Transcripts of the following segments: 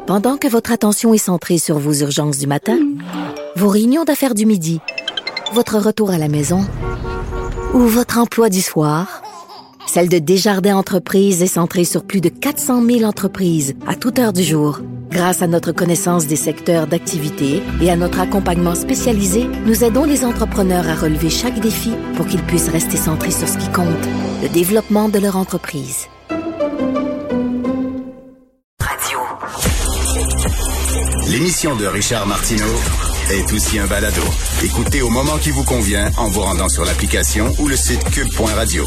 Pendant que votre attention est centrée sur vos urgences du matin, vos réunions d'affaires du midi, votre retour à la maison ou votre emploi du soir, celle de Desjardins Entreprises est centrée sur plus de 400 000 entreprises à toute heure du jour. Grâce à notre connaissance des secteurs d'activité et à notre accompagnement spécialisé, nous aidons les entrepreneurs à relever chaque défi pour qu'ils puissent rester centrés sur ce qui compte, le développement de leur entreprise. Radio. L'émission de Richard Martineau est aussi un balado. Écoutez au moment qui vous convient en vous rendant sur l'application ou le site cube.radio.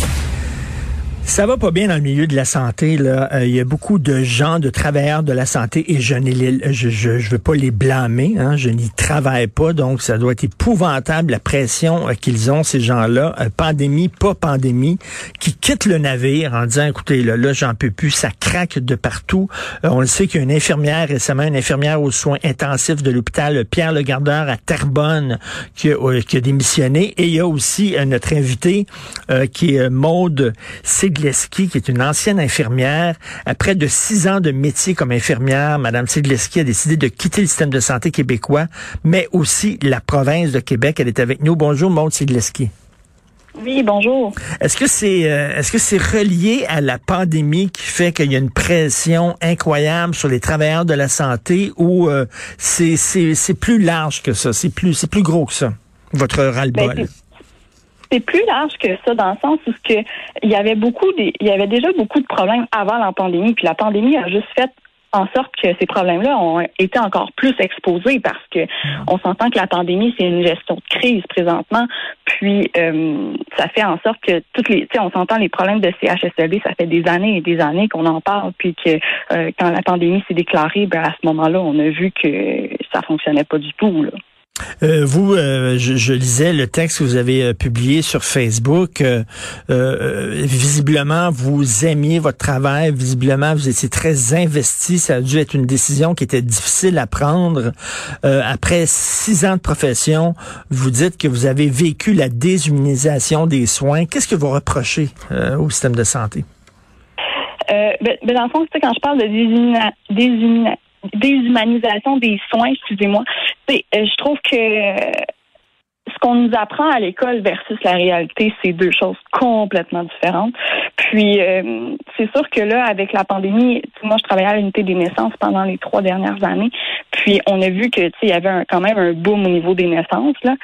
Ça va pas bien dans le milieu de la santé, là. Il y a beaucoup de gens, de travailleurs de la santé, et je veux pas les blâmer, hein. Je n'y travaille pas, donc ça doit être épouvantable la pression qu'ils ont, ces gens-là, pandémie, pas pandémie, qui quittent le navire en disant, écoutez, là j'en peux plus, ça craque de partout. On le sait qu'il y a une infirmière récemment, une infirmière aux soins intensifs de l'hôpital Pierre Legardeur à Terrebonne qui a démissionné, et il y a aussi notre invité qui est Maude Segleski, qui est une ancienne infirmière. Après de 6 ans de métier comme infirmière, Mme Segleski a décidé de quitter le système de santé québécois, mais aussi la province de Québec. Elle est avec nous. Bonjour, Maude Segleski. Oui, bonjour. Est-ce que c'est relié à la pandémie qui fait qu'il y a une pression incroyable sur les travailleurs de la santé, ou c'est plus large que ça, c'est plus gros que ça, votre ras-le-bol? C'est plus large que ça, dans le sens où il y avait déjà beaucoup de problèmes avant la pandémie, puis la pandémie a juste fait en sorte que ces problèmes-là ont été encore plus exposés, parce que on s'entend que la pandémie, c'est une gestion de crise présentement, puis ça fait en sorte que on s'entend, les problèmes de CHSLD, ça fait des années et des années qu'on en parle, puis que quand la pandémie s'est déclarée, à ce moment-là, on a vu que ça fonctionnait pas du tout, là. Je lisais le texte que vous avez publié sur Facebook. Visiblement, vous aimiez votre travail. Visiblement, vous étiez très investi. Ça a dû être une décision qui était difficile à prendre. Après 6 ans de profession, vous dites que vous avez vécu la déshumanisation des soins. Qu'est-ce que vous reprochez au système de santé? Dans le fond, quand je parle de déshumanisation des soins, excusez-moi, je trouve que ce qu'on nous apprend à l'école versus la réalité, c'est deux choses complètement différentes. Puis, c'est sûr que là, avec la pandémie, moi, je travaillais à l'unité des naissances pendant les 3 dernières années. Puis, on a vu que, il y avait quand même un boom au niveau des naissances, là.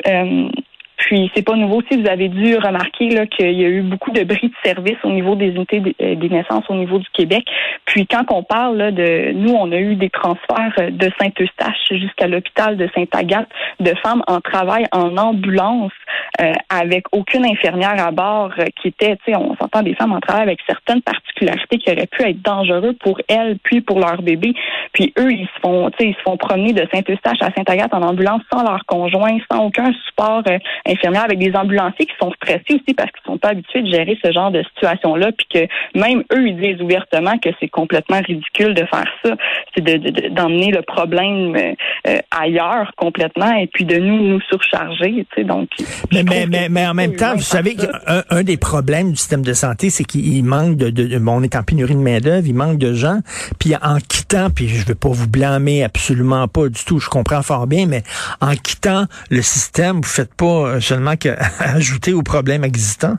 Puis, c'est pas nouveau. Si vous avez dû remarquer là qu'il y a eu beaucoup de bris de service au niveau des unités des naissances au niveau du Québec. Puis, quand on parle là, nous, on a eu des transferts de Saint-Eustache jusqu'à l'hôpital de Sainte-Agathe de femmes en travail en ambulance avec aucune infirmière à bord qui était, on s'entend, des femmes en travail avec certaines particularités qui auraient pu être dangereuses pour elles puis pour leur bébé. Puis eux, ils se font promener de Saint-Eustache à Sainte-Agathe en ambulance sans leur conjoint, sans aucun support infirmières, avec des ambulanciers qui sont stressés aussi parce qu'ils sont pas habitués de gérer ce genre de situation-là, puis que même eux, ils disent ouvertement que c'est complètement ridicule de faire ça. C'est d'emmener le problème ailleurs complètement, et puis de nous surcharger, tu sais. Donc, mais en même temps, vous savez qu'un des problèmes du système de santé, c'est qu'il manque on est en pénurie de main-d'œuvre, il manque de gens, puis en quittant, puis je veux pas vous blâmer, absolument pas du tout, je comprends fort bien, mais en quittant le système, vous faites pas seulement qu'ajouter aux problèmes existants?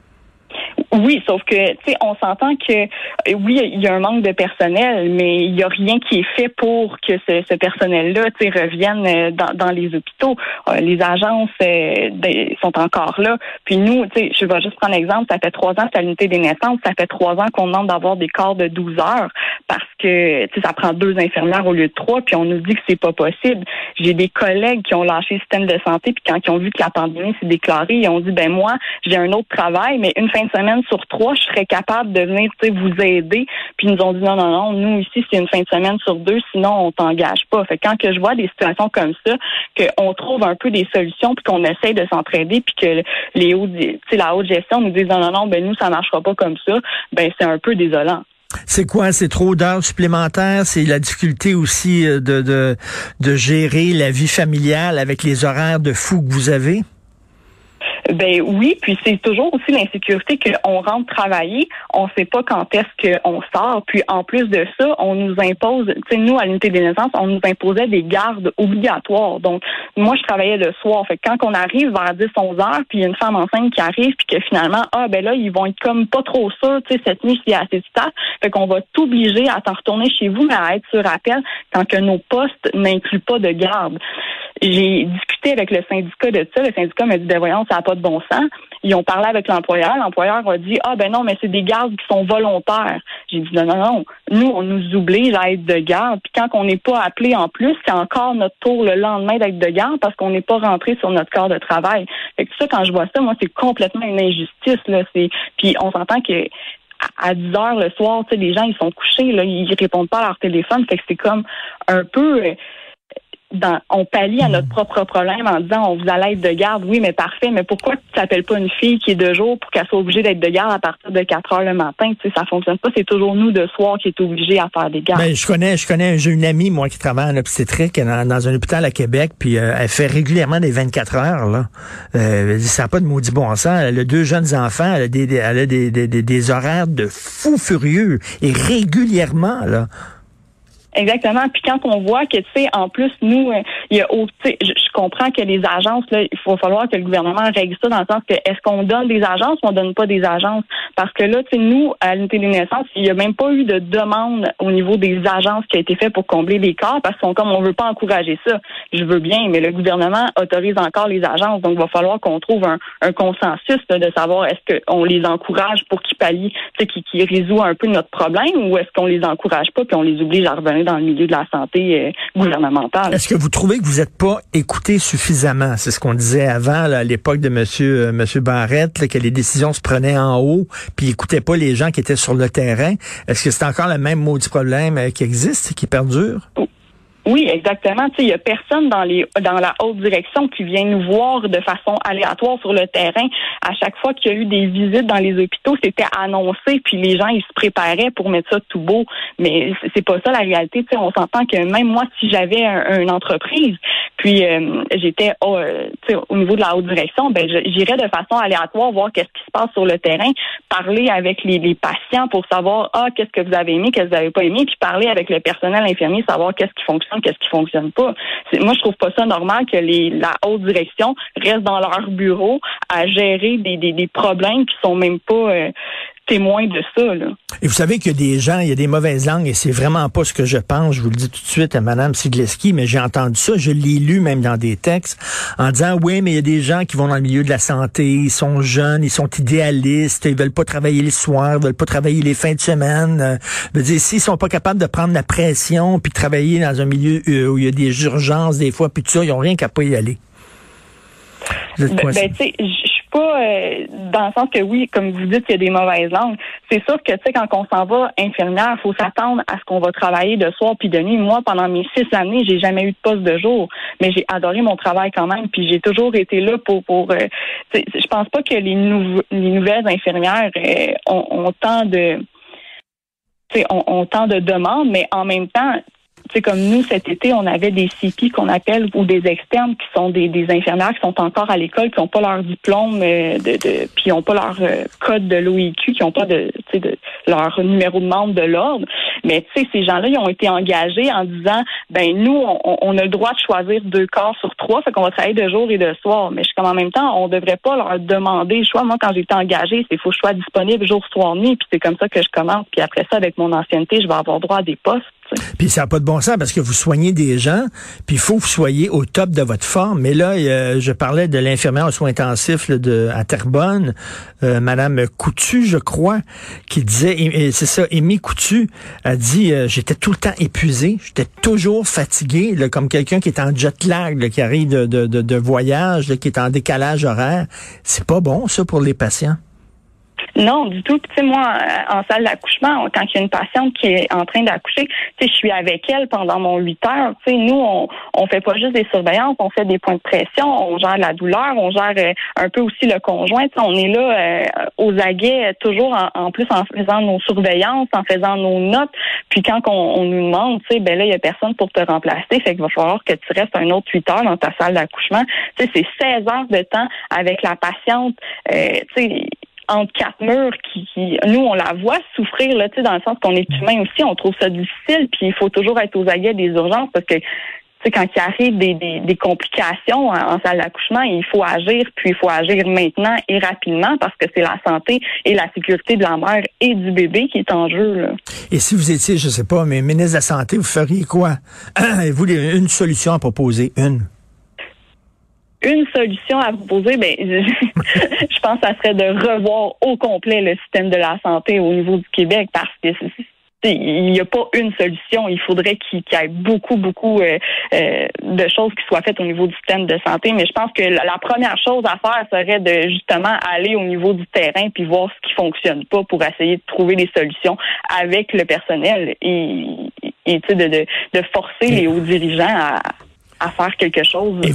Oui, sauf que, on s'entend que, oui, il y a un manque de personnel, mais il y a rien qui est fait pour que ce personnel-là, revienne dans les hôpitaux. Les agences sont encore là. Puis nous, je vais juste prendre l'exemple, ça fait 3 ans, c'est à l'unité des naissances, ça fait 3 ans qu'on demande d'avoir des corps de 12 heures parce que, ça prend 2 infirmières au lieu de 3, puis on nous dit que c'est pas possible. J'ai des collègues qui ont lâché le système de santé, puis quand ils ont vu que la pandémie s'est déclarée, ils ont dit, moi, j'ai un autre travail, mais une fin de semaine sur 3, je serais capable de venir vous aider. Puis ils nous ont dit non, nous ici, c'est une fin de semaine sur 2, sinon on t'engage pas. Fait que quand que je vois des situations comme ça, qu'on trouve un peu des solutions, puis qu'on essaye de s'entraider, puis que la haute gestion nous dise non, nous, ça marchera pas comme ça, c'est un peu désolant. C'est quoi? C'est trop d'heures supplémentaires? C'est la difficulté aussi de gérer la vie familiale avec les horaires de fou que vous avez? Ben oui, puis c'est toujours aussi l'insécurité qu'on rentre travailler, on sait pas quand est-ce qu'on sort, puis en plus de ça, on nous impose, tu sais, nous, à l'unité des naissances, on nous imposait des gardes obligatoires. Donc, moi, je travaillais le soir. Fait que quand on arrive vers 10-11 heures, puis il y a une femme enceinte qui arrive, puis que finalement, ben là, ils vont être comme pas trop sûrs, tu sais, cette nuit, s'il y a assez de staff. Fait qu'on va t'obliger à t'en retourner chez vous, mais à être sur appel tant que nos postes n'incluent pas de garde. J'ai discuté avec le syndicat de ça. Le syndicat m'a dit, ben voyons, ça n'a pas de bon sens. Ils ont parlé avec l'employeur. L'employeur a dit, ben non, mais c'est des gardes qui sont volontaires. J'ai dit, non. Nous, on nous oblige à être de garde. Puis quand on n'est pas appelé en plus, c'est encore notre tour le lendemain d'être de garde parce qu'on n'est pas rentré sur notre corps de travail. Fait que ça, quand je vois ça, moi, c'est complètement une injustice, là. Puis on s'entend que à 10 heures le soir, tu sais, les gens, ils sont couchés, là, ils répondent pas à leur téléphone. Fait que c'est comme un peu... on pallie à notre propre problème en disant on vous allait être de garde, oui, mais parfait, mais pourquoi tu t'appelles pas une fille qui est de jour pour qu'elle soit obligée d'être de garde à partir de 4 heures le matin? Tu sais, ça fonctionne pas, c'est toujours nous de soir qui est obligé à faire des gardes. Ben, j'ai une amie, moi, qui travaille en obstétrique dans un hôpital à Québec, puis elle fait régulièrement des 24 heures, là. Ça n'a pas de maudit bon sens. Elle a 2 jeunes enfants, elle a des horaires de fou furieux, et régulièrement, là. Exactement. Puis quand on voit que, tu sais, en plus, nous, il y a, je comprends que les agences, là, il va falloir que le gouvernement règle ça dans le sens que est-ce qu'on donne des agences ou on donne pas des agences? Parce que là, tu sais, nous, à l'unité des naissances, il n'y a même pas eu de demande au niveau des agences qui a été fait pour combler les corps parce qu'on comme on veut pas encourager ça. Je veux bien, mais le gouvernement autorise encore les agences. Donc, il va falloir qu'on trouve un consensus là, de savoir est-ce qu'on les encourage pour qu'ils pallient, tu sais, qui résout un peu notre problème ou est-ce qu'on les encourage pas puis on les oblige à revenir dans le milieu de la santé gouvernementale. Est-ce que vous trouvez que vous n'êtes pas écouté suffisamment? C'est ce qu'on disait avant, là, à l'époque de monsieur Barrette, là, que les décisions se prenaient en haut, puis ils n'écoutaient pas les gens qui étaient sur le terrain. Est-ce que c'est encore le même maudit problème qui existe et qui perdure? Oui, exactement. Tu sais, il y a personne dans la haute direction qui vient nous voir de façon aléatoire sur le terrain. À chaque fois qu'il y a eu des visites dans les hôpitaux, c'était annoncé, puis les gens ils se préparaient pour mettre ça tout beau. Mais c'est pas ça la réalité. Tu sais, on s'entend que même moi, si j'avais une entreprise, puis j'étais au niveau de la haute direction, ben j'irais de façon aléatoire voir qu'est-ce qui se passe sur le terrain, parler avec les patients pour savoir qu'est-ce que vous avez aimé, qu'est-ce que vous n'avez pas aimé, puis parler avec le personnel infirmier, savoir qu'est-ce qui fonctionne, qu'est-ce qui fonctionne pas. Moi, je trouve pas ça normal que la haute direction reste dans leur bureau à gérer des problèmes qui sont même pas témoins de ça, là. Et vous savez qu'il y a des gens, il y a des mauvaises langues, et c'est vraiment pas ce que je pense. Je vous le dis tout de suite à Mme Sigleski, mais j'ai entendu ça, je l'ai lu même dans des textes, en disant, oui, mais il y a des gens qui vont dans le milieu de la santé, ils sont jeunes, ils sont idéalistes, ils veulent pas travailler le soir, ils veulent pas travailler les fins de semaine. Je veux dire, s'ils sont pas capables de prendre la pression, puis de travailler dans un milieu où il y a des urgences des fois, puis tout ça, ils ont rien qu'à pas y aller. Tu sais, pas dans le sens que oui, comme vous dites, il y a des mauvaises langues. C'est sûr que, tu sais, quand on s'en va infirmière, il faut s'attendre à ce qu'on va travailler de soir puis de nuit. Moi, pendant mes 6 années, j'ai jamais eu de poste de jour, mais j'ai adoré mon travail quand même, puis j'ai toujours été là pour je pense pas que les nouvelles infirmières ont tant de demandes, mais en même temps, c'est comme nous, cet été, on avait des CP qu'on appelle, ou des externes qui sont des infirmières qui sont encore à l'école, qui n'ont pas leur diplôme, puis qui n'ont pas leur code de l'OIQ, qui n'ont pas leur numéro de membre de l'ordre. Mais tu sais, ces gens-là, ils ont été engagés en disant, ben nous, on a le droit de choisir 2 corps sur 3, fait qu'on va travailler de jour et de soir. Mais je suis comme en même temps, on devrait pas leur demander le choix. Moi, quand j'étais engagée, c'est faut que je sois disponible jour, soir, nuit, puis c'est comme ça que je commence. Puis après ça, avec mon ancienneté, je vais avoir droit à des postes. Puis ça n'a pas de bon sens parce que vous soignez des gens, puis il faut que vous soyez au top de votre forme. Mais là, je parlais de l'infirmière aux soins intensifs à Terrebonne, Madame Coutu, je crois, qui disait, c'est ça, Amy Coutu a dit, j'étais tout le temps épuisé, j'étais toujours fatigué, là, comme quelqu'un qui est en jet lag, là, qui arrive de voyage, là, qui est en décalage horaire. C'est pas bon, ça, pour les patients. Non, du tout. Puis, tu sais, moi, en salle d'accouchement, quand il y a une patiente qui est en train d'accoucher, tu sais, je suis avec elle pendant mon 8 heures. Tu sais, nous, on fait pas juste des surveillances, on fait des points de pression, on gère la douleur, on gère un peu aussi le conjoint. Tu sais, on est là aux aguets, toujours en plus en faisant nos surveillances, en faisant nos notes. Puis quand on nous demande, tu sais, ben là, il y a personne pour te remplacer. Fait qu'il va falloir que tu restes un autre 8 heures dans ta salle d'accouchement. Tu sais, c'est 16 heures de temps avec la patiente. Tu sais, entre quatre murs nous, on la voit souffrir, là, tu sais, dans le sens qu'on est humain aussi, on trouve ça difficile, puis il faut toujours être aux aguets des urgences parce que, tu sais, quand il arrive des complications en salle d'accouchement, il faut agir, puis il faut agir maintenant et rapidement parce que c'est la santé et la sécurité de la mère et du bébé qui est en jeu, là. Et si vous étiez, je sais pas, mais ministre de la Santé, vous feriez quoi? Avez-vous une solution à proposer? Une solution à proposer, ben, je pense que ça serait de revoir au complet le système de la santé au niveau du Québec parce que il n'y a pas une solution. Il faudrait qu'il y ait beaucoup de choses qui soient faites au niveau du système de santé. Mais je pense que la première chose à faire serait de justement aller au niveau du terrain puis voir ce qui fonctionne pas pour essayer de trouver des solutions avec le personnel et tu sais, de forcer les hauts dirigeants à faire quelque chose. Et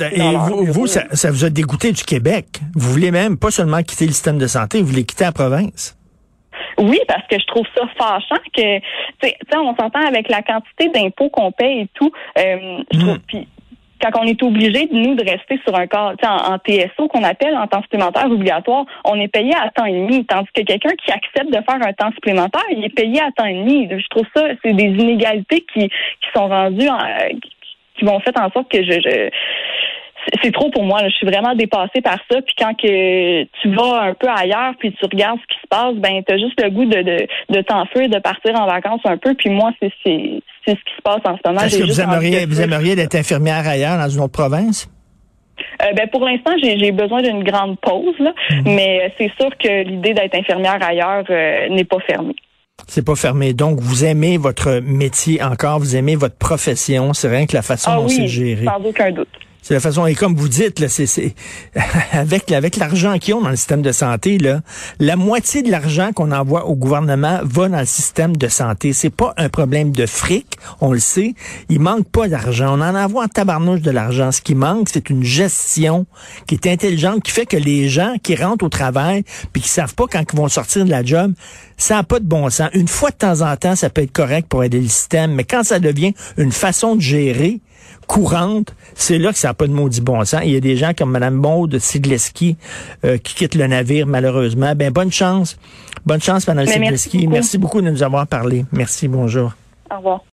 ça vous a dégoûté du Québec. Vous voulez même pas seulement quitter le système de santé, vous voulez quitter la province. Oui, parce que je trouve ça fâchant que, tu sais, on s'entend avec la quantité d'impôts qu'on paye et tout. Je trouve, puis quand on est obligé de rester sur un corps, tu sais, en TSO qu'on appelle en temps supplémentaire obligatoire, on est payé à temps et demi, tandis que quelqu'un qui accepte de faire un temps supplémentaire, il est payé à temps et demi. Je trouve ça, c'est des inégalités qui sont rendues qui vont faire en sorte que c'est trop pour moi. Là. Je suis vraiment dépassée par ça. Puis quand que tu vas un peu ailleurs, puis tu regardes ce qui se passe, ben t'as juste le goût de t'enfuir, de partir en vacances un peu. Puis moi, c'est ce qui se passe en ce moment. Est-ce que vous aimeriez d'être infirmière ailleurs dans une autre province? Ben pour l'instant, j'ai besoin d'une grande pause, là. Mais c'est sûr que l'idée d'être infirmière ailleurs n'est pas fermée. C'est pas fermé. Donc, vous aimez votre métier encore, vous aimez votre profession. C'est rien que la façon dont c'est géré. Sans aucun doute. C'est la façon, et comme vous dites, là, c'est avec l'argent qu'ils ont dans le système de santé, là, la moitié de l'argent qu'on envoie au gouvernement va dans le système de santé. C'est pas un problème de fric, on le sait. Il manque pas d'argent. On en envoie en tabarnouche de l'argent. Ce qui manque, c'est une gestion qui est intelligente, qui fait que les gens qui rentrent au travail puis qui savent pas quand ils vont sortir de la job, ça n'a pas de bon sens. Une fois de temps en temps, ça peut être correct pour aider le système, mais quand ça devient une façon de gérer courante, c'est là que ça n'a pas de maudit bon sens. Il y a des gens comme Mme Maude Sidleski qui quittent le navire, malheureusement. Ben, bonne chance. Bonne chance, Mme Sidleski. Merci beaucoup de nous avoir parlé. Merci, bonjour. Au revoir.